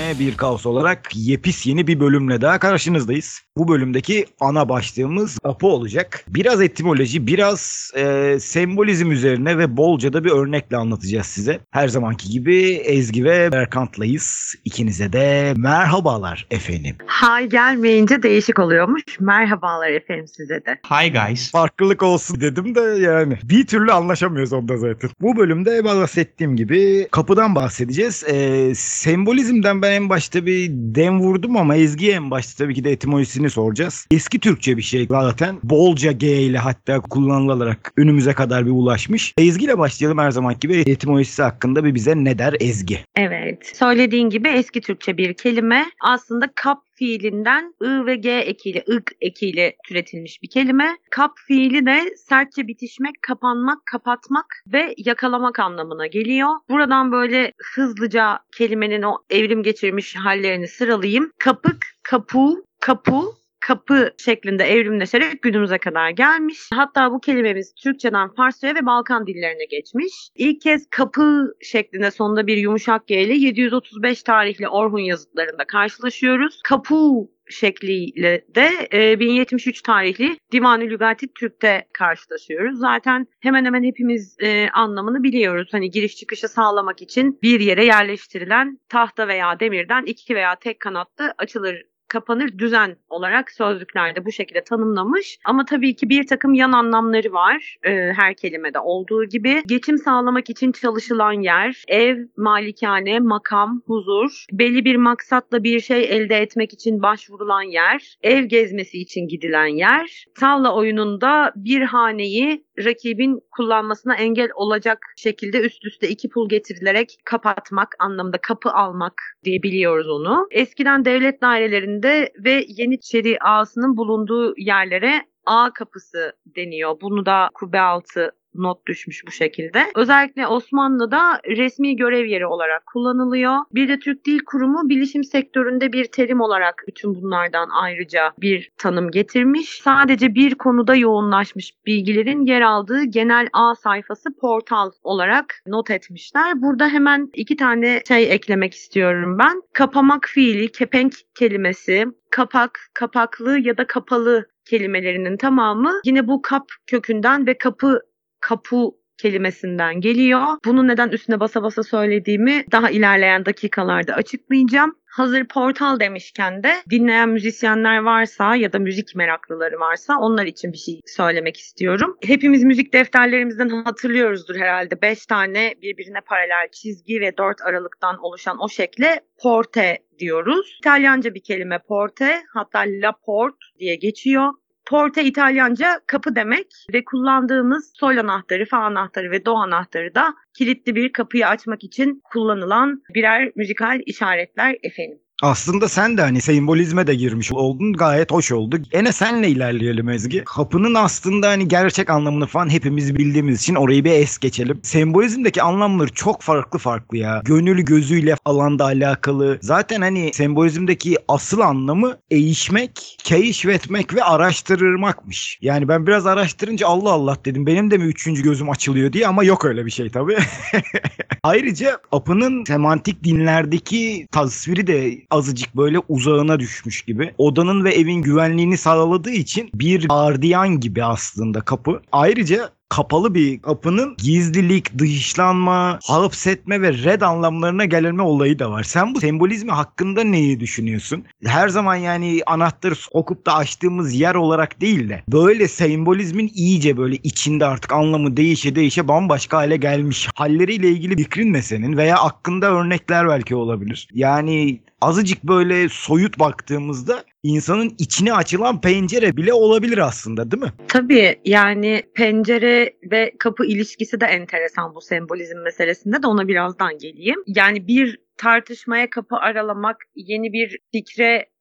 yine bir kaos olarak yepyeni bir bölümle daha karşınızdayız. Bu bölümdeki ana başlığımız Apo olacak. Biraz etimoloji, biraz sembolizm üzerine ve bolca da bir örnekle anlatacağız size. Her zamanki gibi Ezgi ve Berkant'layız. İkinize de merhabalar efendim. Hay gelmeyince değişik oluyormuş. Merhabalar efendim size de. Hi guys. Farklılık olsun dedim de yani bir türlü anlaşamıyoruz onda zaten. Bu bölümde bahsettiğim gibi kapıdan bahsedeceğiz. Sembolizmden ben en başta bir dem vurdum ama Ezgi'ye en başta tabii ki de etimolojisini soracağız. Eski Türkçe bir şey zaten. Bolca G ile hatta kullanılarak önümüze kadar bir ulaşmış. Ezgi ile başlayalım her zamanki gibi. Etimolojisi hakkında bir bize ne der Ezgi? Evet. Söylediğin gibi eski Türkçe bir kelime. Aslında kap fiilinden I ve G ekiyle, ık ekiyle türetilmiş bir kelime. Kap fiili de sertçe bitişmek, kapanmak, kapatmak ve yakalamak anlamına geliyor. Buradan böyle hızlıca kelimenin o evrim geçirmiş hallerini sıralayayım. Kapık, kapu, kapu, kapı şeklinde evrimleşerek günümüze kadar gelmiş. Hatta bu kelimemiz Türkçeden Farsça'ya ve Balkan dillerine geçmiş. İlk kez kapı şeklinde sonunda bir yumuşak G ile 735 tarihli Orhun yazıtlarında karşılaşıyoruz. Kapu şekliyle de 1073 tarihli Divan-ı Lügati Türk'te karşılaşıyoruz. Zaten hemen hemen hepimiz anlamını biliyoruz. Hani giriş çıkışı sağlamak için bir yere yerleştirilen tahta veya demirden iki veya tek kanatlı açılır kapanır düzen olarak sözlüklerde bu şekilde tanımlamış. Ama tabii ki bir takım yan anlamları var her kelimede olduğu gibi. Geçim sağlamak için çalışılan yer, ev, malikane, makam, huzur, belli bir maksatla bir şey elde etmek için başvurulan yer, ev gezmesi için gidilen yer, tavla oyununda bir haneyi rakibin kullanmasına engel olacak şekilde üst üste iki pul getirilerek kapatmak anlamında kapı almak diyebiliyoruz onu. Eskiden devlet dairelerinde ve Yeniçeri ağasının bulunduğu yerlere ağ kapısı deniyor. Bunu da kubbe altı not düşmüş bu şekilde. Özellikle Osmanlı'da resmi görev yeri olarak kullanılıyor. Bir de Türk Dil Kurumu bilişim sektöründe bir terim olarak bütün bunlardan ayrıca bir tanım getirmiş. Sadece bir konuda yoğunlaşmış bilgilerin yer aldığı genel ağ sayfası portal olarak not etmişler. Burada hemen iki tane şey eklemek istiyorum ben. Kapamak fiili, kepenk kelimesi, kapak, kapaklı ya da kapalı kelimelerinin tamamı yine bu kap kökünden ve kapu kelimesinden geliyor. Bunu neden üstüne basa basa söylediğimi daha ilerleyen dakikalarda açıklayacağım. Hazır portal demişken de dinleyen müzisyenler varsa ya da müzik meraklıları varsa onlar için bir şey söylemek istiyorum. Hepimiz müzik defterlerimizden hatırlıyoruzdur herhalde. 5 tane birbirine paralel çizgi ve 4 aralıktan oluşan o şekle porte diyoruz. İtalyanca bir kelime porte, hatta la porte diye geçiyor. Porte İtalyanca kapı demek ve kullandığımız sol anahtarı, fa anahtarı ve do anahtarı da kilitli bir kapıyı açmak için kullanılan birer müzikal işaretler efendim. Aslında sen de hani sembolizme de girmiş oldun. Gayet hoş oldu. Ene senle ilerleyelim Ezgi. Kapının aslında hani gerçek anlamını falan hepimiz bildiğimiz için orayı bir es geçelim. Sembolizmdeki anlamları çok farklı ya. Gönül gözüyle falan da alakalı. Zaten hani sembolizmdeki asıl anlamı eğişmek, keşfetmek ve araştırmakmış. Yani ben biraz araştırınca Allah Allah dedim. Benim de mi üçüncü gözüm açılıyor diye ama yok öyle bir şey tabii. Ayrıca Apı'nın semantik dinlerdeki tasviri de azıcık böyle uzağına düşmüş gibi. Odanın ve evin güvenliğini sağladığı için bir gardiyan gibi aslında kapı. Ayrıca kapalı bir kapının gizlilik, dışlanma, hapsetme ve red anlamlarına gelme olayı da var. Sen bu sembolizmi hakkında neyi düşünüyorsun? Her zaman yani anahtarı sokup da açtığımız yer olarak değil de böyle sembolizmin iyice böyle içinde artık anlamı değişe bambaşka hale gelmiş halleriyle ilgili fikrin ne senin? Veya hakkında örnekler belki olabilir. Yani azıcık böyle soyut baktığımızda insanın içine açılan pencere bile olabilir aslında, değil mi? Tabii yani pencere ve kapı ilişkisi de enteresan bu sembolizm meselesinde de ona birazdan geleyim. Yani bir tartışmaya kapı aralamak, yeni bir fikre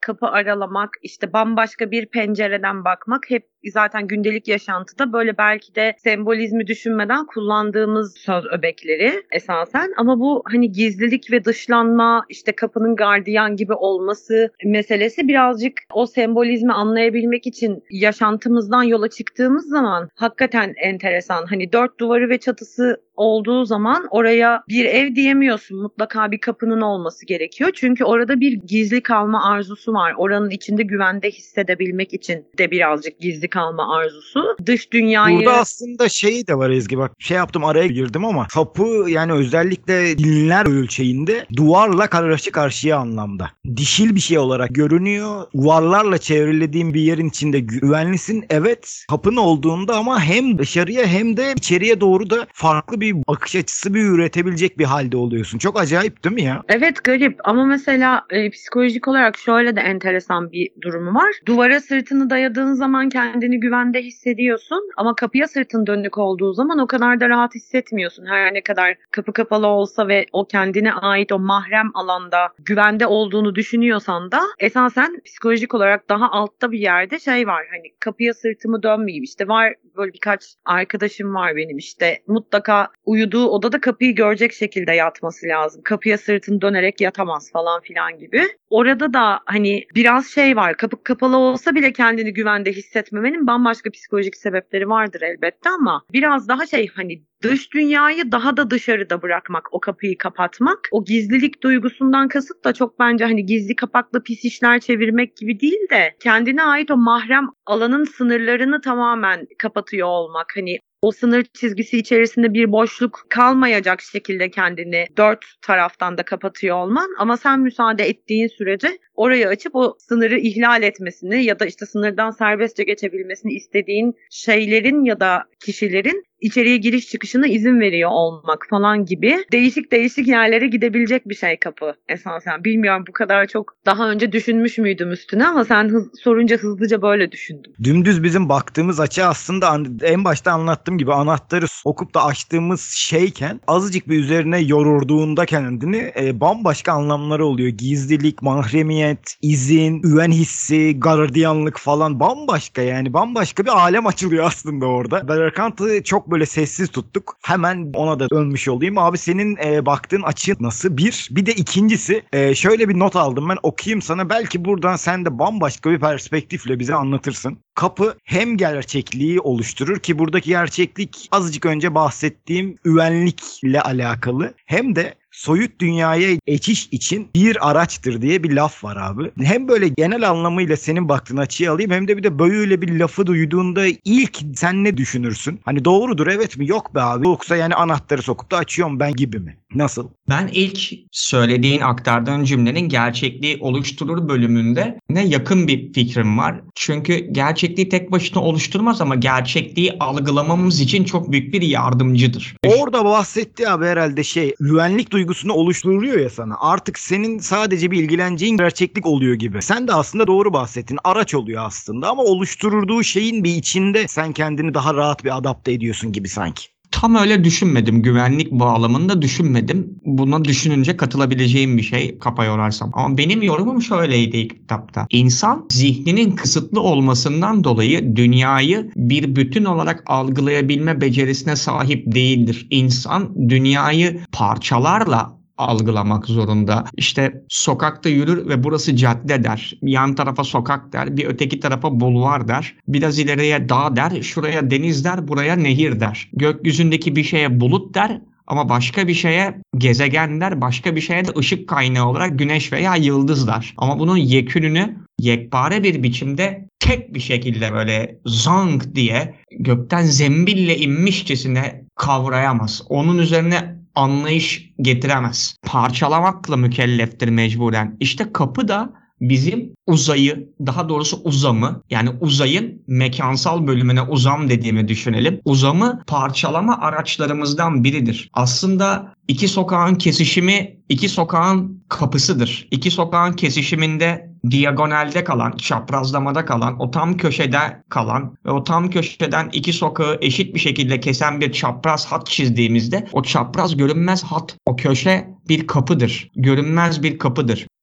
kapı aralamak, işte bambaşka bir pencereden bakmak hep zaten gündelik yaşantıda böyle belki de sembolizmi düşünmeden kullandığımız söz öbekleri esasen. Ama bu hani gizlilik ve dışlanma, işte kapının gardiyan gibi olması meselesi birazcık o sembolizmi anlayabilmek için yaşantımızdan yola çıktığımız zaman hakikaten enteresan. Hani dört duvarı ve çatısı olduğu zaman oraya bir ev diyemiyorsun. Mutlaka bir kapının olması gerekiyor. Çünkü orada bir gizli kalma arzusu var. Oranın içinde güvende hissedebilmek için de birazcık gizli kalma arzusu. Dış dünyayı... Burada aslında şey de var Ezgi, bak şey yaptım araya girdim ama kapı yani özellikle dinler ölçeğinde duvarla karşı karşıya anlamda. Dişil bir şey olarak görünüyor. Duvarlarla çevrelediğin bir yerin içinde güvenlisin. Evet, kapın olduğunda ama hem dışarıya hem de içeriye doğru da farklı bir bakış açısı bir üretebilecek bir halde oluyorsun. Çok acayip değil mi ya? Evet, garip ama mesela psikolojik olarak şöyle de enteresan bir durumu var. Duvara sırtını dayadığın zaman kendini güvende hissediyorsun ama kapıya sırtın dönük olduğu zaman o kadar da rahat hissetmiyorsun. Her ne kadar kapı kapalı olsa ve o kendine ait o mahrem alanda güvende olduğunu düşünüyorsan da esasen psikolojik olarak daha altta bir yerde şey var. Hani kapıya sırtımı dönmeyeyim, işte var böyle birkaç arkadaşım var benim, işte mutlaka uyuduğu odada kapıyı görecek şekilde yatması lazım. Kapıya sırtını dönerek yatamaz falan filan gibi. Orada da hani biraz şey var. Kapı kapalı olsa bile kendini güvende hissetmemenin bambaşka psikolojik sebepleri vardır elbette ama biraz daha şey, hani dış dünyayı daha da dışarıda bırakmak, o kapıyı kapatmak. O gizlilik duygusundan kasıt da çok bence hani gizli kapaklı pis işler çevirmek gibi değil de kendine ait o mahrem alanın sınırlarını tamamen kapatıyor olmak. Hani o sınır çizgisi içerisinde bir boşluk kalmayacak şekilde kendini dört taraftan da kapatıyor olman, ama sen müsaade ettiğin sürece orayı açıp o sınırı ihlal etmesini ya da işte sınırdan serbestçe geçebilmesini istediğin şeylerin ya da kişilerin içeriye giriş çıkışına izin veriyor olmak falan gibi değişik değişik yerlere gidebilecek bir şey kapı esasen. Bilmiyorum bu kadar çok daha önce düşünmüş müydüm üstüne ama sen sorunca hızlıca böyle düşündüm. Dümdüz bizim baktığımız açı aslında en başta anlattığım gibi anahtarı sokup da açtığımız şeyken azıcık bir üzerine yorurduğunda kendini bambaşka anlamları oluyor. Gizlilik, mahremiyet, izin, güven hissi, gardiyanlık falan bambaşka, yani bambaşka bir alem açılıyor aslında orada. Berkant'ı çok böyle sessiz tuttuk. Hemen ona da dönmüş olayım. Abi senin baktığın açı nasıl? Bir de ikincisi şöyle bir not aldım ben, okuyayım sana. Belki buradan sen de bambaşka bir perspektifle bize anlatırsın. Kapı hem gerçekliği oluşturur ki buradaki gerçeklik azıcık önce bahsettiğim üvenlikle alakalı, hem de soyut dünyaya geçiş için bir araçtır diye bir laf var abi. Hem böyle genel anlamıyla senin baktığın açıyı alayım, hem de bir de böyle bir lafı duyduğunda ilk sen ne düşünürsün? Hani doğrudur evet mi, yok be abi, yoksa yani anahtarı sokup da açıyorum ben gibi mi? Nasıl? Ben ilk söylediğin, aktardığın cümlenin gerçekliği oluşturur bölümünde ne yakın bir fikrim var. Çünkü gerçekliği tek başına oluşturmaz ama gerçekliği algılamamız için çok büyük bir yardımcıdır. Orada bahsetti abi herhalde güvenlik duygusunu oluşturuyor ya sana. Artık senin sadece bir ilgileneceğin gerçeklik oluyor gibi. Sen de aslında doğru bahsettin. Araç oluyor aslında ama oluşturduğu şeyin bir içinde sen kendini daha rahat bir adapte ediyorsun gibi sanki. Tam öyle düşünmedim. Güvenlik bağlamında düşünmedim. Buna düşününce katılabileceğim bir şey kafa yorarsam. Ama benim yorumum şöyleydi ilk kitapta. İnsan zihninin kısıtlı olmasından dolayı dünyayı bir bütün olarak algılayabilme becerisine sahip değildir. İnsan dünyayı parçalarla algılamak zorunda. İşte sokakta yürür ve burası cadde der. Yan tarafa sokak der. Bir öteki tarafa bulvar der. Biraz ileriye dağ der. Şuraya deniz der. Buraya nehir der. Gökyüzündeki bir şeye bulut der. Ama başka bir şeye gezegen der. Başka bir şeye de ışık kaynağı olarak güneş veya yıldız der. Ama bunun yekününü yekpare bir biçimde tek bir şekilde böyle zank diye gökten zembille inmişçesine kavrayamaz. Onun üzerine anlayış getiremez. Parçalamakla mükelleftir mecburen. İşte kapı da bizim uzayı, daha doğrusu uzamı, yani uzayın mekansal bölümüne uzam dediğimi düşünelim. Uzamı parçalama araçlarımızdan biridir. Aslında iki sokağın kesişimi, iki sokağın kapısıdır. İki sokağın kesişiminde diagonalde kalan, çaprazlamada kalan, o tam köşede kalan ve o tam köşeden iki sokağı eşit bir şekilde kesen bir çapraz hat çizdiğimizde o çapraz görünmez hat, o köşe bir kapıdır. Görünmez bir kapıdır.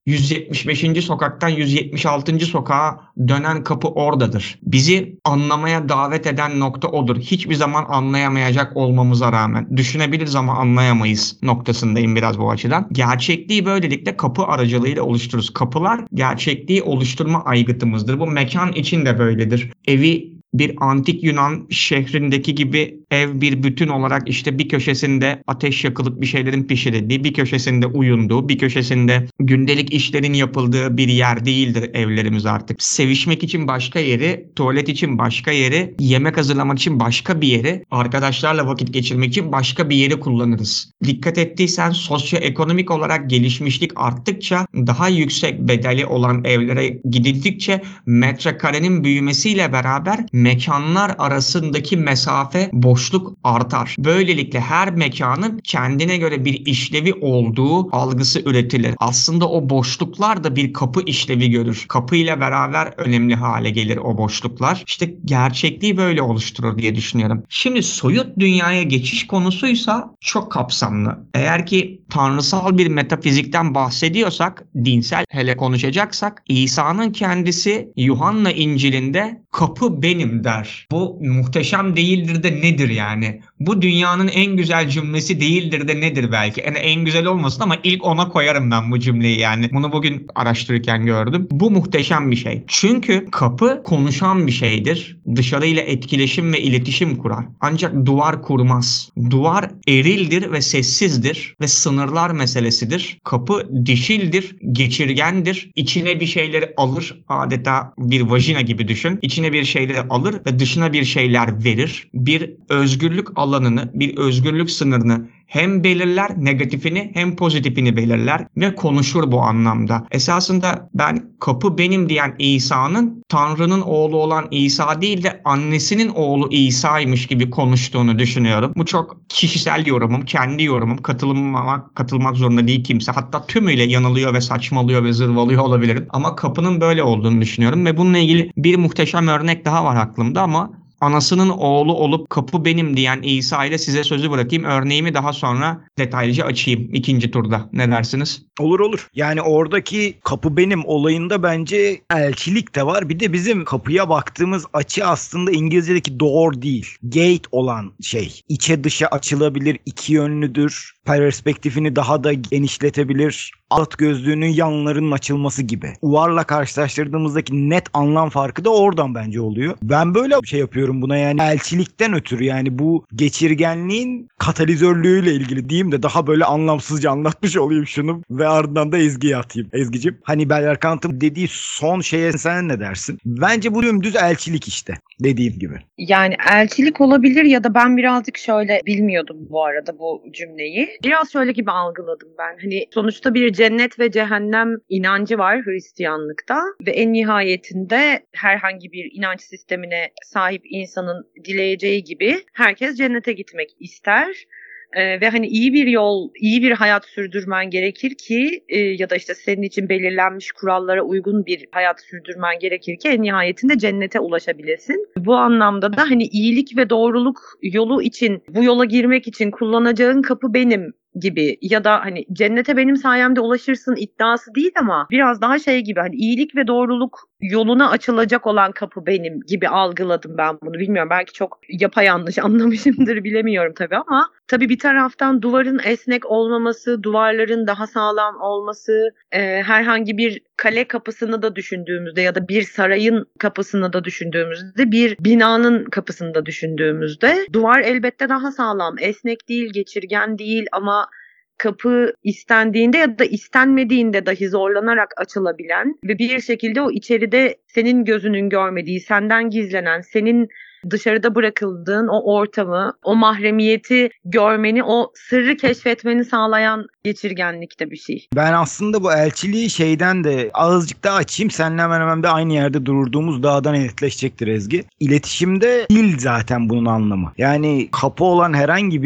175. sokaktan 176. sokağa dönen kapı oradadır. Bizi anlamaya davet eden nokta odur. Hiçbir zaman anlayamayacak olmamıza rağmen. Düşünebiliriz ama anlayamayız noktasındayım biraz bu açıdan. Gerçekliği böylelikle kapı aracılığıyla oluştururuz. Kapılar gerçekliği oluşturma aygıtımızdır. Bu mekan için de böyledir. Evi bir antik Yunan şehrindeki gibi ev bir bütün olarak işte bir köşesinde ateş yakılıp bir şeylerin pişirildiği, bir köşesinde uyunduğu, bir köşesinde gündelik işlerin yapıldığı bir yer değildir evlerimiz artık. Sevişmek için başka yeri, tuvalet için başka yeri, yemek hazırlamak için başka bir yeri, arkadaşlarla vakit geçirmek için başka bir yeri kullanırız. Dikkat ettiysen sosyoekonomik olarak gelişmişlik arttıkça, daha yüksek bedeli olan evlere gidildikçe metrekarenin büyümesiyle beraber mekanlar arasındaki mesafe, boşluk artar. Böylelikle her mekanın kendine göre bir işlevi olduğu algısı üretilir. Aslında o boşluklar da bir kapı işlevi görür. Kapı ile beraber önemli hale gelir o boşluklar. İşte gerçekliği böyle oluşturur diye düşünüyorum. Şimdi soyut dünyaya geçiş konusuysa çok kapsamlı. Eğer ki tanrısal bir metafizikten bahsediyorsak, dinsel hele konuşacaksak, İsa'nın kendisi Yuhanna İncil'inde kapı benim der. Bu muhteşem değildir de nedir yani? Bu dünyanın en güzel cümlesi değildir de nedir belki? Yani en güzel olmasın ama ilk ona koyarım ben bu cümleyi yani. Bunu bugün araştırırken gördüm. Bu muhteşem bir şey. Çünkü kapı konuşan bir şeydir. Dışarıyla etkileşim ve iletişim kurar. Ancak duvar kurmaz. Duvar erildir ve sessizdir ve sınırlar meselesidir. Kapı dişildir, geçirgendir. İçine bir şeyleri alır. Adeta bir vajina gibi düşün. İçine bir şeyleri alır ve dışına bir şeyler verir. Bir özgürlük alanını, bir özgürlük sınırını hem belirler, negatifini hem pozitifini belirler ve konuşur bu anlamda. Esasında ben kapı benim diyen İsa'nın Tanrı'nın oğlu olan İsa değil de annesinin oğlu İsa'ymış gibi konuştuğunu düşünüyorum. Bu çok kişisel yorumum, kendi yorumum. Katılmak zorunda değil kimse. Hatta tümüyle yanılıyor ve saçmalıyor ve zırvalıyor olabilirim. Ama kapının böyle olduğunu düşünüyorum ve bununla ilgili bir muhteşem örnek daha var aklımda ama anasının oğlu olup kapı benim diyen İsa ile size sözü bırakayım. Örneğimi daha sonra detaylıca açayım ikinci turda. Ne dersiniz? Olur olur. Yani oradaki kapı benim olayında bence elçilik de var. Bir de bizim kapıya baktığımız açı aslında İngilizce'deki door değil, gate olan şey. İçe dışa açılabilir, iki yönlüdür. Perspektifini daha da genişletebilir. Alt gözlüğünün yanlarının açılması gibi. Uvarla karşılaştırdığımızdaki net anlam farkı da oradan bence oluyor. Ben böyle bir şey yapıyorum buna yani elçilikten ötürü yani bu geçirgenliğin katalizörlüğüyle ilgili diyeyim de daha böyle anlamsızca anlatmış olayım şunu ve ardından da Ezgi'ye atayım. Ezgi'cim hani Bellerkant'ın dediği son şeye sen ne dersin? Bence bu dümdüz elçilik işte dediğim gibi. Yani elçilik olabilir ya da ben birazcık şöyle bilmiyordum bu arada bu cümleyi. Biraz şöyle gibi algıladım ben. Hani sonuçta bir cennet ve cehennem inancı var Hristiyanlıkta ve en nihayetinde herhangi bir inanç sistemine sahip insanın dileyeceği gibi herkes cennete gitmek ister. Ve hani iyi bir yol, iyi bir hayat sürdürmen gerekir ki ya da işte senin için belirlenmiş kurallara uygun bir hayat sürdürmen gerekir ki en nihayetinde cennete ulaşabilesin. Bu anlamda da hani iyilik ve doğruluk yolu için, bu yola girmek için kullanacağın kapı benim gibi ya da hani cennete benim sayemde ulaşırsın iddiası değil ama biraz daha şey gibi hani iyilik ve doğruluk yoluna açılacak olan kapı benim gibi algıladım ben bunu. Bilmiyorum belki çok yapayalnız anlamışımdır bilemiyorum tabii ama tabii bir taraftan duvarın esnek olmaması, duvarların daha sağlam olması, herhangi bir kale kapısını da düşündüğümüzde ya da bir sarayın kapısını da düşündüğümüzde, bir binanın kapısını da düşündüğümüzde duvar elbette daha sağlam, esnek değil, geçirgen değil ama kapı istendiğinde ya da istenmediğinde dahi zorlanarak açılabilen ve bir şekilde o içeride senin gözünün görmediği, senden gizlenen, senin dışarıda bırakıldığın o ortamı, o mahremiyeti görmeni, o sırrı keşfetmeni sağlayan geçirgenlikte bir şey. Ben aslında bu elçiliği şeyden de azıcık daha açayım. Seninle hemen hemen de aynı yerde durduğumuz dağdan netleşecektir Ezgi. İletişimde dil zaten bunun anlamı. Yani kapı olan herhangi biri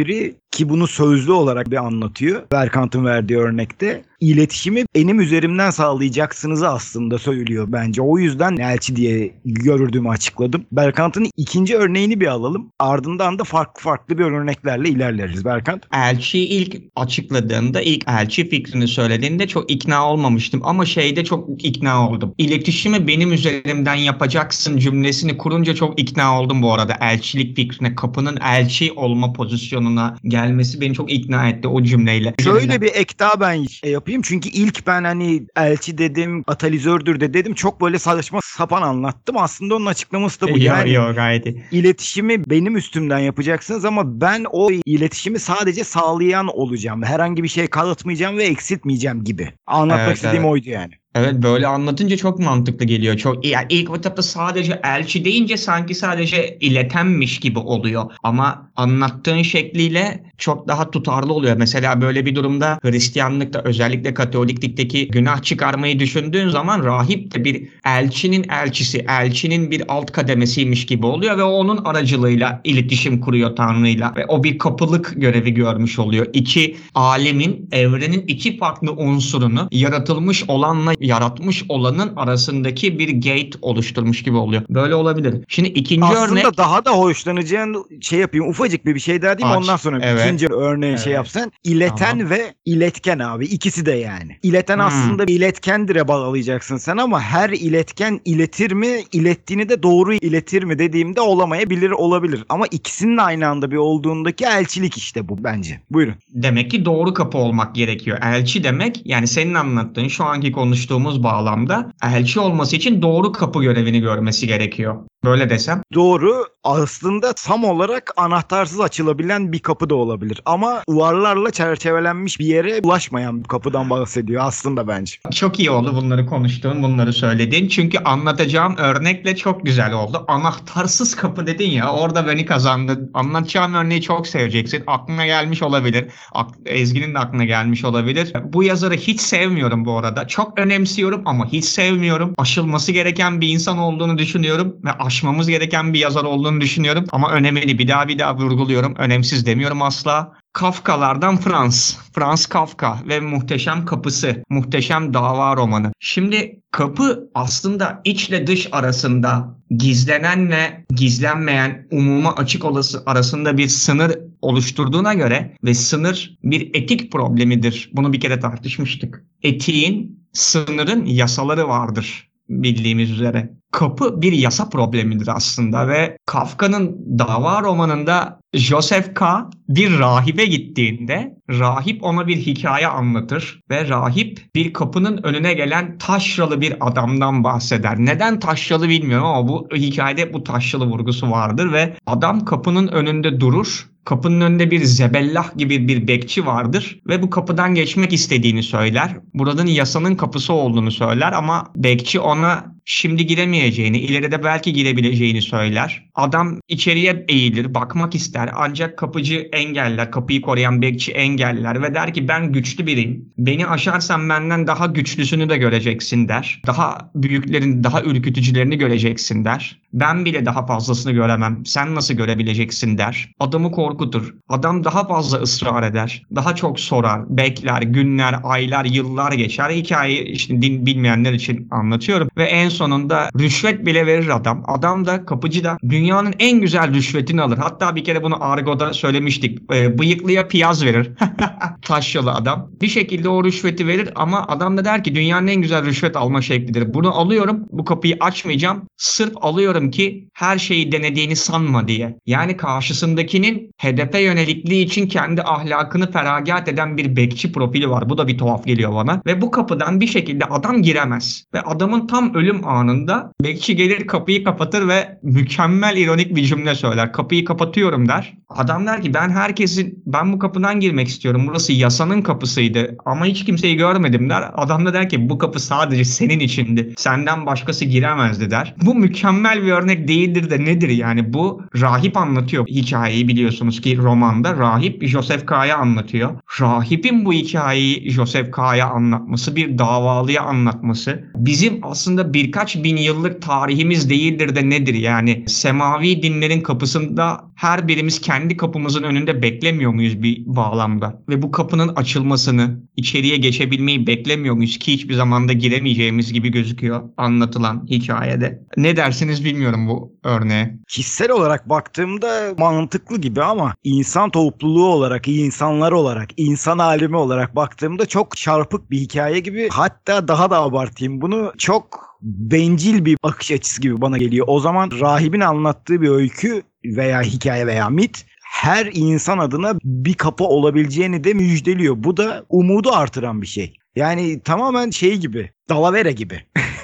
ki bunu sözlü olarak bir anlatıyor Berkant'ın verdiği örnekte. İletişimi benim üzerimden sağlayacaksınızı aslında söylüyor bence. O yüzden elçi diye görürdüğümü açıkladım. Berkant'ın ikinci örneğini bir alalım. Ardından da farklı bir örneklerle ilerleriz. Berkant. Elçiyi ilk açıkladığında, ilk elçi fikrini söylediğinde çok ikna olmamıştım. Ama şeyde çok ikna oldum. İletişimi benim üzerimden yapacaksın cümlesini kurunca çok ikna oldum bu arada. Elçilik fikrine, kapının elçi olma pozisyonuna gelmesi beni çok ikna etti o cümleyle. Şöyle bir ek daha ben yapayım. Çünkü ilk ben hani elçi dedim, katalizördür de dedim. Çok böyle saçma sapan anlattım. Aslında onun açıklaması da bu. Yani Yok gayet iyi. İletişimi benim üstümden yapacaksınız ama ben o iletişimi sadece sağlayan olacağım. Herhangi bir şey kalıtmayacağım ve eksiltmeyeceğim gibi. Anlatmak Evet, istediğim evet. oydu yani. Evet, böyle anlatınca çok mantıklı geliyor. Çok yani ilk etapta sadece elçi deyince sanki sadece iletenmiş gibi oluyor. Ama anlattığın şekliyle çok daha tutarlı oluyor. Mesela böyle bir durumda Hristiyanlıkta, özellikle Katoliklikteki günah çıkarmayı düşündüğün zaman rahip de bir elçinin elçisi, elçinin bir alt kademesiymiş gibi oluyor ve onun aracılığıyla iletişim kuruyor Tanrı'yla ve o bir kapılık görevi görmüş oluyor. İki alemin, evrenin iki farklı unsurunu yaratılmış olanla yaratmış olanın arasındaki bir gate oluşturmuş gibi oluyor. Böyle olabilir. Şimdi ikinci Aslında örnek. daha da hoşlanacağın şey yapayım. Ufacık bir şey daha diyeyim. Aç. Ondan sonra Evet. ikinci örneği şey Evet. yapsan. İleten Tamam. ve iletken abi. İkisi de yani. İleten aslında bir iletkendir'e bağlayacaksın sen ama her iletken iletir mi? İlettiğini de doğru iletir mi dediğimde olamayabilir, olabilir. Ama ikisinin aynı anda bir olduğundaki elçilik işte bu bence. Buyurun. Demek ki doğru kapı olmak gerekiyor. Elçi demek, yani senin anlattığın şu anki konuştuğumuz bağlamda elçi olması için doğru kapı görevini görmesi gerekiyor. Böyle desem. Doğru. Aslında tam olarak anahtarsız açılabilen bir kapı da olabilir. Ama duvarlarla çerçevelenmiş bir yere ulaşmayan bir kapıdan bahsediyor aslında bence. Çok iyi oldu bunları konuştuğun, bunları söylediğin. Çünkü anlatacağım örnekle çok güzel oldu. Anahtarsız kapı dedin ya, orada beni kazandın. Anlatacağım örneği çok seveceksin. Aklına gelmiş olabilir. Ezgi'nin de aklına gelmiş olabilir. Bu yazarı hiç sevmiyorum bu arada. Çok önemsiyorum ama hiç sevmiyorum. Aşılması gereken bir insan olduğunu düşünüyorum ve aşmamız gereken bir yazar olduğunu düşünüyorum. Ama önemli, bir daha vurguluyorum. Önemsiz demiyorum asla. Kafkalardan Franz Kafka ve Muhteşem Kapısı, Muhteşem Dava romanı. Şimdi kapı aslında içle dış arasında, gizlenenle gizlenmeyen, umuma açık olası arasında bir sınır oluşturduğuna göre ve sınır bir etik problemidir. Bunu bir kere tartışmıştık. Etiğin, sınırın yasaları vardır bildiğimiz üzere. Kapı bir yasa problemidir aslında ve Kafka'nın Dava romanında Joseph K. bir rahibe gittiğinde rahip ona bir hikaye anlatır ve rahip bir kapının önüne gelen taşralı bir adamdan bahseder. Neden taşralı bilmiyorum ama bu hikayede bu taşralı vurgusu vardır ve adam kapının önünde durur. Kapının önünde bir zebellah gibi bir bekçi vardır ve bu kapıdan geçmek istediğini söyler. Buranın yasanın kapısı olduğunu söyler ama bekçi ona şimdi giremeyeceğini, ileride belki girebileceğini söyler. Adam içeriye eğilir, bakmak ister ancak kapıcı engeller, kapıyı koruyan bekçi engeller ve der ki ben güçlü biriyim. Beni aşarsan benden daha güçlüsünü de göreceksin der. Daha büyüklerin, daha ürkütücülerini göreceksin der. Ben bile daha fazlasını göremem. Sen nasıl görebileceksin der. Adamı korkutur. Adam daha fazla ısrar eder. Daha çok sorar, bekler, günler, aylar, yıllar geçer. Hikayeyi işte din bilmeyenler için anlatıyorum. Ve en sonunda rüşvet bile verir adam. Adam da, kapıcı da dünyanın en güzel rüşvetini alır. Hatta bir kere bunu argoda söylemiştik. Bıyıklıya piyaz verir. Taşyalı adam. Bir şekilde o rüşveti verir ama adam da der ki dünyanın en güzel rüşvet alma şeklidir. Bunu alıyorum. Bu kapıyı açmayacağım. Sırf alıyorum ki her şeyi denediğini sanma diye. Yani karşısındakinin hedefe yönelikliği için kendi ahlakını feragat eden bir bekçi profili var. Bu da bir tuhaf geliyor bana. Ve bu kapıdan bir şekilde adam giremez. Ve adamın tam ölüm anında bekçi gelir, kapıyı kapatır ve mükemmel ironik bir cümle söyler. Kapıyı kapatıyorum der. Adam der ki ben bu kapıdan girmek istiyorum. Burası yasanın kapısıydı ama hiç kimseyi görmedim der. Adam da der ki bu kapı sadece senin içindi. Senden başkası giremezdi der. Bu mükemmel bir örnek değildir de nedir yani? Bu rahip anlatıyor hikayeyi, biliyorsunuz ki romanda rahip Joseph K.'ya anlatıyor. Rahibin bu hikayeyi Joseph K.'ya anlatması, bir davalıya anlatması bizim aslında birkaç bin yıllık tarihimiz değildir de nedir yani? Semavi dinlerin kapısında her birimiz kendi kapımızın önünde beklemiyor muyuz bir bağlamda? Ve bu kapının açılmasını, içeriye geçebilmeyi beklemiyor muyuz ki hiçbir zamanda giremeyeceğimiz gibi gözüküyor anlatılan hikayede. Ne dersiniz bilmiyorum bu örneğe. Kişisel olarak baktığımda mantıklı gibi ama insan topluluğu olarak, insanlar olarak, insan alemi olarak baktığımda çok çarpık bir hikaye gibi. Hatta daha da abartayım bunu, çok bencil bir bakış açısı gibi bana geliyor. O zaman rahibin anlattığı bir öykü veya hikaye veya mit her insan adına bir kapı olabileceğini de müjdeliyor. Bu da umudu artıran bir şey. Yani tamamen şey gibi, Dalavere gibi.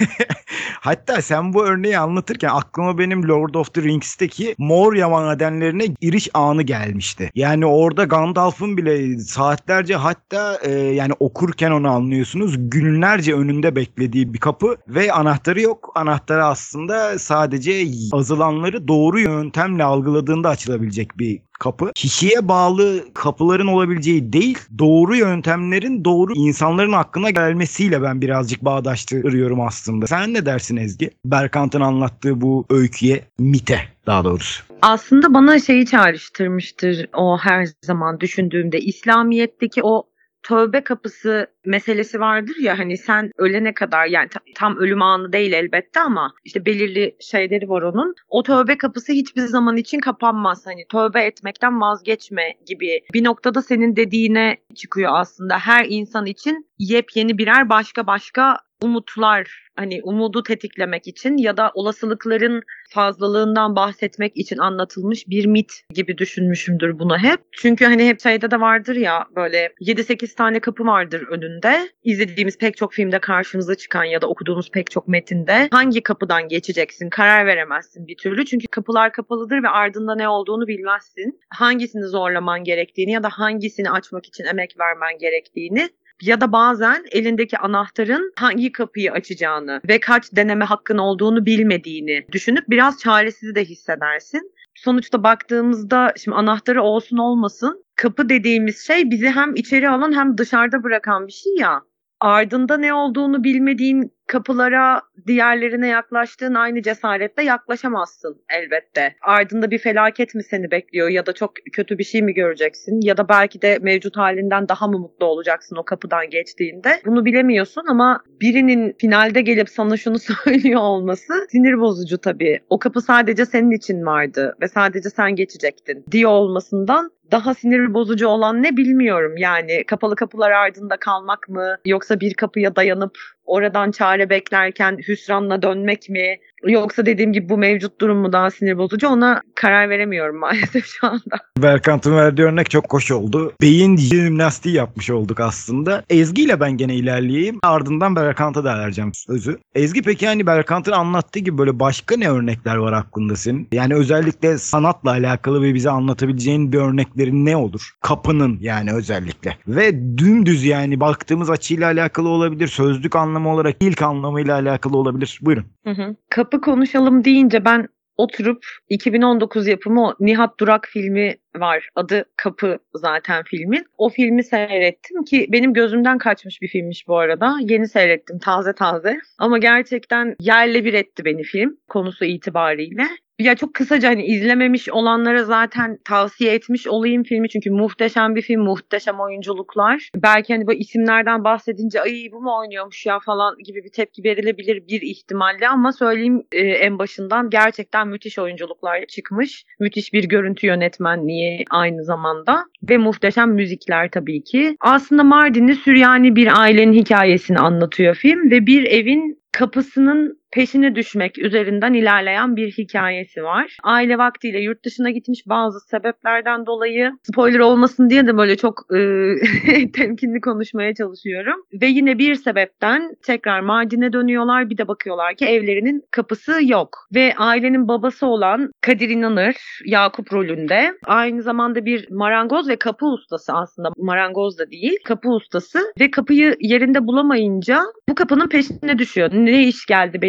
Hatta sen bu örneği anlatırken aklıma benim Lord of the Rings'teki Moria madenlerine giriş anı gelmişti. Yani orada Gandalf'ın bile saatlerce, hatta yani okurken onu anlıyorsunuz, günlerce önünde beklediği bir kapı ve anahtarı yok. Anahtarı aslında sadece azılanları doğru yöntemle algıladığında açılabilecek bir kapı. Kişiye bağlı kapıların olabileceği değil, doğru yöntemlerin doğru insanların hakkına gelmesiyle ben birazcık bağdaştırıyorum aslında. Sen ne dersin Ezgi? Berkant'ın anlattığı bu öyküye, mite daha doğrusu. Aslında bana şeyi çağrıştırmıştır o her zaman düşündüğümde. İslamiyet'teki o tövbe kapısı meselesi vardır ya, hani sen ölene kadar, yani tam ölüm anı değil elbette ama işte belirli şeyleri var onun. O tövbe kapısı hiçbir zaman için kapanmaz. Hani tövbe etmekten vazgeçme gibi bir noktada senin dediğine çıkıyor aslında. Her insan için yepyeni birer başka umutlar, hani umudu tetiklemek için ya da olasılıkların fazlalığından bahsetmek için anlatılmış bir mit gibi düşünmüşümdür bunu hep. Çünkü hani hep şeyde de vardır ya, böyle 7-8 tane kapı vardır önünde. İzlediğimiz pek çok filmde karşımıza çıkan ya da okuduğumuz pek çok metinde hangi kapıdan geçeceksin karar veremezsin bir türlü. Çünkü kapılar kapalıdır ve ardında ne olduğunu bilmezsin. Hangisini zorlaman gerektiğini ya da hangisini açmak için emek vermen gerektiğini ya da bazen elindeki anahtarın hangi kapıyı açacağını ve kaç deneme hakkın olduğunu bilmediğini düşünüp biraz çaresiz de hissedersin. Sonuçta baktığımızda şimdi anahtarı olsun olmasın, kapı dediğimiz şey bizi hem içeri alan hem dışarıda bırakan bir şey ya. Ardında ne olduğunu bilmediğin kapılara diğerlerine yaklaştığın aynı cesaretle yaklaşamazsın elbette. Ardında bir felaket mi seni bekliyor ya da çok kötü bir şey mi göreceksin ya da belki de mevcut halinden daha mı mutlu olacaksın o kapıdan geçtiğinde. Bunu bilemiyorsun ama birinin finalde gelip sana şunu söylüyor olması sinir bozucu tabii. O kapı sadece senin için vardı ve sadece sen geçecektin diyor olmasından daha sinir bozucu olan ne bilmiyorum. Yani kapalı kapılar ardında kalmak mı, yoksa bir kapıya dayanıp oradan çare beklerken hüsranla dönmek mi, yoksa dediğim gibi bu mevcut durum mu daha sinir bozucu, ona karar veremiyorum maalesef şu anda. Berkant'ın verdiği örnek çok hoş oldu. Beyin jimnastiği yapmış olduk aslında. Ezgi ile ben gene ilerleyeyim. Ardından Berkant'a da vereceğim sözü. Ezgi, peki hani Berkant'ın anlattığı gibi böyle başka ne örnekler var aklında senin? Yani özellikle sanatla alakalı ve bize anlatabileceğin bir örneklerin ne olur? Kapının yani özellikle. Ve dümdüz yani baktığımız açıyla alakalı olabilir. Sözlük anlamı olarak ilk anlamıyla alakalı olabilir. Buyurun. Kapı konuşalım deyince ben oturup 2019 yapımı o Nihat Durak filmi var. Adı Kapı zaten filmin. O filmi seyrettim ki benim gözümden kaçmış bir filmmiş bu arada. Yeni seyrettim taze. Ama gerçekten yerle bir etti beni film konusu itibariyle. Ya çok kısaca hani izlememiş olanlara zaten tavsiye etmiş olayım filmi. Çünkü muhteşem bir film, muhteşem oyunculuklar. Belki hani bu isimlerden bahsedince ay bu mu oynuyormuş ya falan gibi bir tepki verilebilir bir ihtimalle. Ama söyleyeyim en başından gerçekten müthiş oyunculuklar çıkmış. Müthiş bir görüntü yönetmenliği aynı zamanda. Ve muhteşem müzikler tabii ki. Aslında Mardinli Süryani bir ailenin hikayesini anlatıyor film. Ve bir evin kapısının peşine düşmek üzerinden ilerleyen bir hikayesi var. Aile vaktiyle yurt dışına gitmiş, bazı sebeplerden dolayı. Spoiler olmasın diye de böyle çok temkinli konuşmaya çalışıyorum. Ve yine bir sebepten tekrar Mardin'e dönüyorlar. Bir de bakıyorlar ki evlerinin kapısı yok. Ve ailenin babası olan Kadir İnanır, Yakup rolünde, aynı zamanda bir marangoz ve kapı ustası, aslında marangoz da değil, kapı ustası ve kapıyı yerinde bulamayınca bu kapının peşine düşüyor. Ne iş geldi benim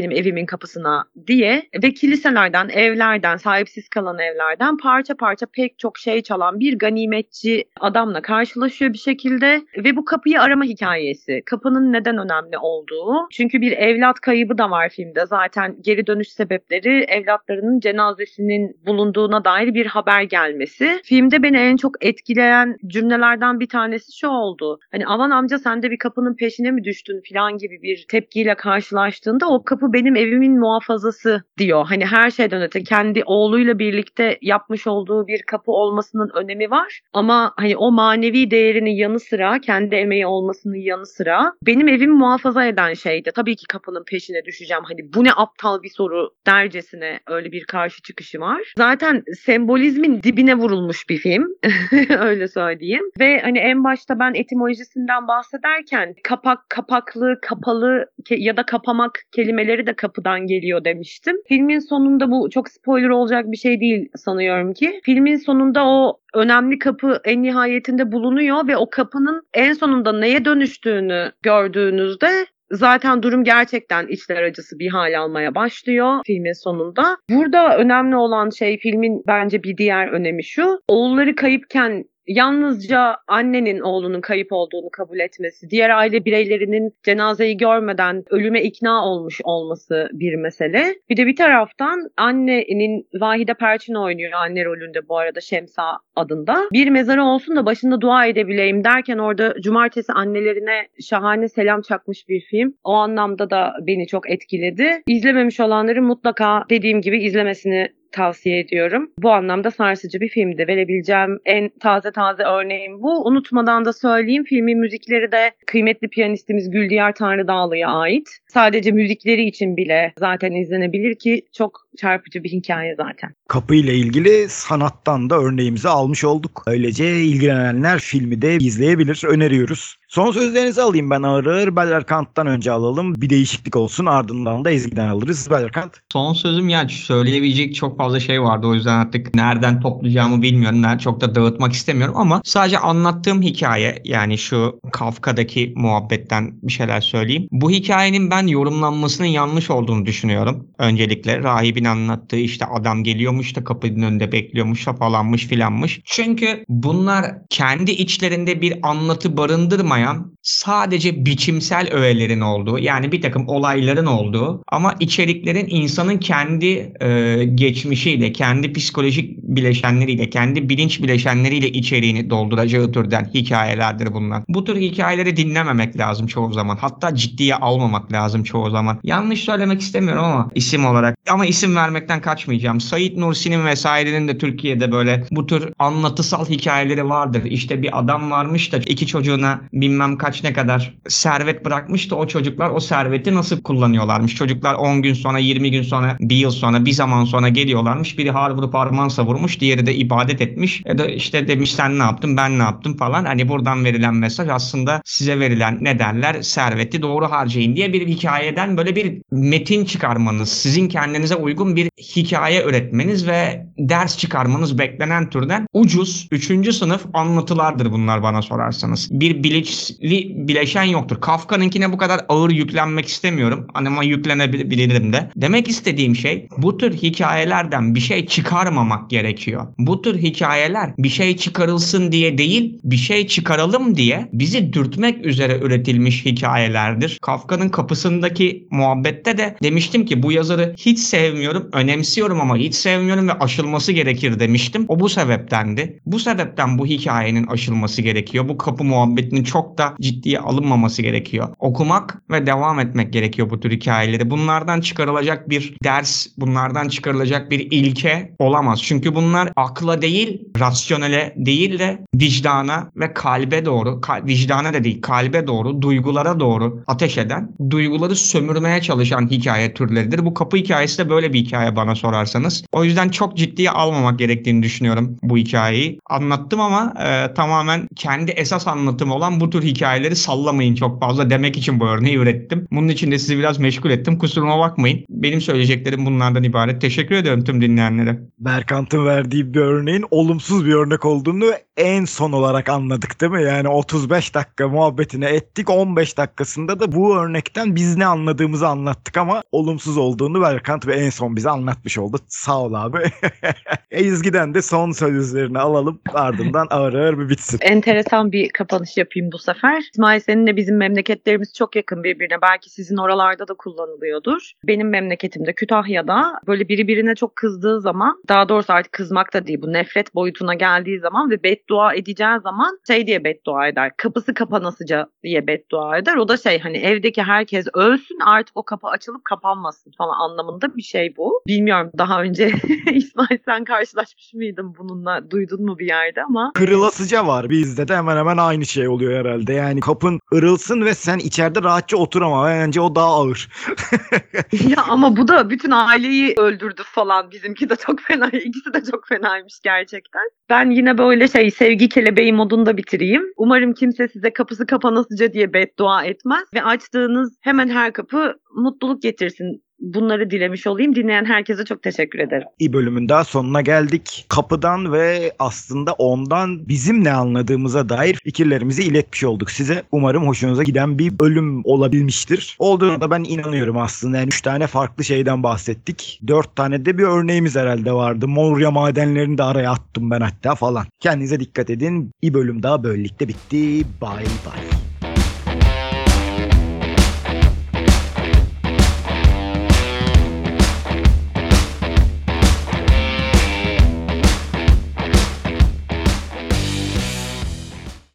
benim evimin kapısına diye ve kiliselerden, evlerden, sahipsiz kalan evlerden parça parça pek çok şey çalan bir ganimetçi adamla karşılaşıyor bir şekilde ve bu kapıyı arama hikayesi. Kapının neden önemli olduğu. Çünkü bir evlat kaybı da var filmde. Zaten geri dönüş sebepleri evlatlarının cenazesinin bulunduğuna dair bir haber gelmesi. Filmde beni en çok etkileyen cümlelerden bir tanesi şu oldu. Hani aman amca sen de bir kapının peşine mi düştün falan gibi bir tepkiyle karşılaştığında o kapı benim evimin muhafazası diyor. Hani her şeyden öte kendi oğluyla birlikte yapmış olduğu bir kapı olmasının önemi var. Ama hani o manevi değerinin yanı sıra kendi emeği olmasının yanı sıra benim evimi muhafaza eden şeydi. Tabii ki kapının peşine düşeceğim. Hani bu ne aptal bir soru dercesine öyle bir karşı çıkışı var. Zaten sembolizmin dibine vurulmuş bir film. Öyle söyleyeyim. Ve hani en başta ben etimolojisinden bahsederken kapak, kapaklı, kapalı ya da kapamak kelimeleri de kapıdan geliyor demiştim. Filmin sonunda bu çok spoiler olacak bir şey değil sanıyorum ki. Filmin sonunda o önemli kapı en nihayetinde bulunuyor ve o kapının en sonunda neye dönüştüğünü gördüğünüzde zaten durum gerçekten içler acısı bir hal almaya başlıyor filmin sonunda. Burada önemli olan şey filmin bence bir diğer önemi şu. Oğulları kayıpken yalnızca annenin oğlunun kayıp olduğunu kabul etmesi, diğer aile bireylerinin cenazeyi görmeden ölüme ikna olmuş olması bir mesele. Bir de bir taraftan annenin Vahide Perçin oynuyor anne rolünde bu arada Şemsa adında. Bir mezarı olsun da başında dua edebileyim derken orada cumartesi annelerine şahane selam çakmış bir film. O anlamda da beni çok etkiledi. İzlememiş olanların mutlaka dediğim gibi izlemesini tavsiye ediyorum. Bu anlamda sarsıcı bir filmdi. Verebileceğim en taze örneğim bu. Unutmadan da söyleyeyim, filmin müzikleri de kıymetli piyanistimiz Güldiyar Tanrıdağlı'ya ait. Sadece müzikleri için bile zaten izlenebilir ki çok çarpıcı bir hikaye zaten. Kapı ile ilgili sanattan da örneğimizi almış olduk. Öylece ilgilenenler filmi de izleyebilir, öneriyoruz. Son sözlerinizi alayım ben ağır ağır. Berlerkant'tan önce alalım. Bir değişiklik olsun, ardından da Ezgi'den alırız. Berlerkant. Son sözüm yani söyleyebilecek çok fazla şey vardı. O yüzden artık nereden toplayacağımı bilmiyorum. Çok da dağıtmak istemiyorum ama sadece anlattığım hikaye, yani şu Kafka'daki muhabbetten bir şeyler söyleyeyim. Bu hikayenin ben yorumlanmasının yanlış olduğunu düşünüyorum. Öncelikle rahibin anlattığı işte adam geliyormuş da kapının önünde bekliyormuş da falanmış filanmış. Çünkü bunlar kendi içlerinde bir anlatı barındırmayan, sadece biçimsel öğelerin olduğu, yani bir takım olayların olduğu ama içeriklerin insanın kendi geçmişiyle, kendi psikolojik bileşenleriyle, kendi bilinç bileşenleriyle içeriğini dolduracağı türden hikayelerdir bunlar. Bu tür hikayeleri dinlememek lazım çoğu zaman. Hatta ciddiye almamak lazım çoğu zaman. Yanlış söylemek istemiyorum ama isim olarak. Ama isim vermekten kaçmayacağım. Said Nursi'nin vesairenin de Türkiye'de böyle bu tür anlatısal hikayeleri vardır. İşte bir adam varmış da iki çocuğuna bilmem kaç ne kadar servet bırakmış da o çocuklar o serveti nasıl kullanıyorlarmış. Çocuklar 10 gün sonra, 20 gün sonra, bir yıl sonra, bir zaman sonra geliyorlarmış. Biri har vurup harman savurmuş, diğeri de ibadet etmiş. Ya da işte demiş sen ne yaptın, ben ne yaptım falan. Hani buradan verilen mesaj aslında size verilen ne derler, serveti doğru harcayın diye bir hikayeden böyle bir metin çıkarmanız, sizin kendinize uygun bir hikaye üretmeniz ve ders çıkarmanız beklenen türden ucuz 3. sınıf anlatılardır bunlar bana sorarsanız. Bir bilinçli bileşen yoktur. Kafka'nınkine bu kadar ağır yüklenmek istemiyorum. Ama yüklenebilirim de. Demek istediğim şey, bu tür hikayelerden bir şey çıkarmamak gerekiyor. Bu tür hikayeler bir şey çıkarılsın diye değil, bir şey çıkaralım diye bizi dürtmek üzere üretilmiş hikayelerdir. Kafka'nın Kapısındaki muhabbette de demiştim ki bu yazarı hiç sevmiyorum, önemsiyorum ama hiç sevmiyorum ve aşılması gerekir demiştim. O bu sebeptendi. Bu sebepten bu hikayenin aşılması gerekiyor. Bu kapı muhabbetinin çok da ciddiye alınmaması gerekiyor. Okumak ve devam etmek gerekiyor bu tür hikayeleri. Bunlardan çıkarılacak bir ders, bunlardan çıkarılacak bir ilke olamaz. Çünkü bunlar akla değil, rasyonele değil de vicdana ve kalbe doğru, vicdana da değil, kalbe doğru, duygulara doğru ateş eden, duyguları sömürmeye çalışan hikaye türleridir. Bu kapı hikayesi de böyle bir hikaye bana sorarsanız. O yüzden çok ciddiye almamak gerektiğini düşünüyorum bu hikayeyi. Anlattım ama tamamen kendi esas anlatım olan bu tür hikaye hikayeleri sallamayın çok fazla demek için bu örneği ürettim. Bunun için de sizi biraz meşgul ettim. Kusuruma bakmayın. Benim söyleyeceklerim bunlardan ibaret. Teşekkür ediyorum tüm dinleyenlere. Berkant'ın verdiği bir örneğin olumsuz bir örnek olduğunu en son olarak anladık değil mi? Yani 35 dakika muhabbetini ettik. 15 dakikasında da bu örnekten biz ne anladığımızı anlattık ama olumsuz olduğunu Berkant ve en son bize anlatmış oldu. Sağ ol abi. Ezgi'den de son sözlerini alalım. Ardından ağır ağır bir bitsin. Enteresan bir kapanış yapayım bu sefer. İsmail, seninle bizim memleketlerimiz çok yakın birbirine. Belki sizin oralarda da kullanılıyordur. Benim memleketimde Kütahya'da böyle biri birine çok kızdığı zaman, daha doğrusu artık kızmak da değil, bu nefret boyutuna geldiği zaman ve beddua edeceği zaman şey diye beddua eder. Kapısı kapanasıca diye beddua eder. O da hani evdeki herkes ölsün, artık o kapı açılıp kapanmasın falan anlamında bir şey bu. Bilmiyorum, daha önce İsmail sen karşılaşmış mıydın bununla? Duydun mu bir yerde ama. Kırılasıca var bizde de hemen hemen aynı şey oluyor herhalde. Yani kapın ırılsın ve sen içeride rahatça otur ama bence o daha ağır. Ya ama bu da bütün aileyi öldürdü falan. Bizimki de çok fena. İkisi de çok fenaymış gerçekten. Ben yine böyle sevgi kelebeği modunda bitireyim. Umarım kimse size kapısı kapanasıca diye beddua etmez ve açtığınız hemen her kapı mutluluk getirsin. Bunları dilemiş olayım. Dinleyen herkese çok teşekkür ederim. Bir bölümün daha sonuna geldik. Kapıdan ve aslında ondan bizim ne anladığımıza dair fikirlerimizi iletmiş olduk size. Umarım hoşunuza giden bir bölüm olabilmiştir. Olduğuna da ben inanıyorum aslında. Yani 3 tane farklı şeyden bahsettik. 4 tane de bir örneğimiz herhalde vardı. Moria madenlerini de araya attım ben hatta falan. Kendinize dikkat edin. Bir bölüm daha böylelikle bitti. Bye bye.